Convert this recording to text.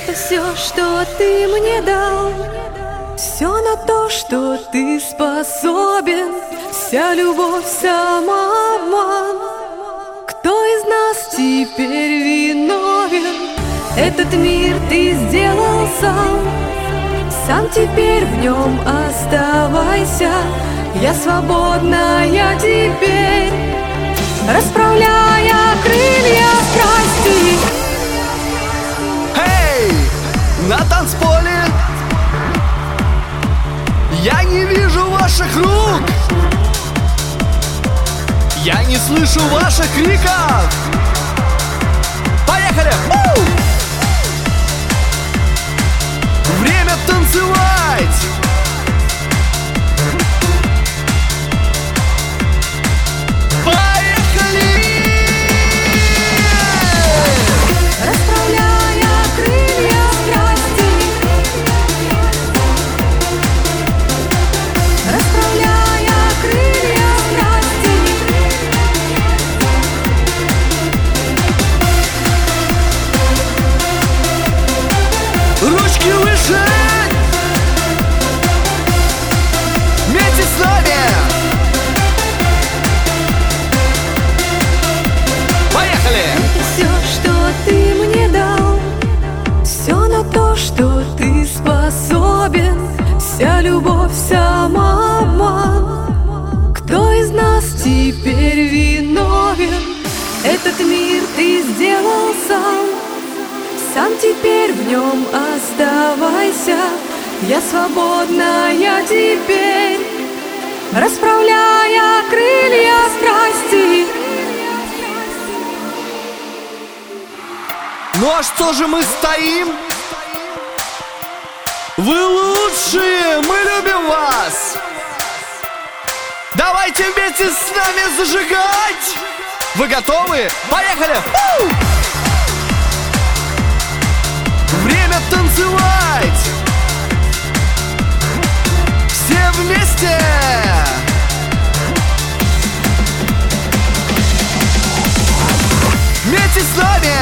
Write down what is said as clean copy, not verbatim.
Это все, что ты мне дал, все на то, что ты способен. Вся любовь, самообман. Кто из нас теперь виновен? Этот мир ты сделал сам. Сам теперь в нем оставайся. Я свободная теперь, расправляя крылья страсти. Эй, на танцполе я не вижу ваших рук, я не слышу ваших криков. Поехали! Время танцевать! Ручки выше! Вместе с нами! Поехали! Это все, что ты мне дал, все на то, что ты способен. Вся любовь, самообман. Кто из нас теперь виновен? Этот мир ты сделал сам. Сам теперь в нем оставайся. Я свободная теперь, расправляя крылья страсти. Ну а что же мы стоим? Вы лучшие, мы любим вас! Давайте вместе с нами зажигать! Вы готовы? Поехали! Время танцевать! Все вместе! Вместе с нами!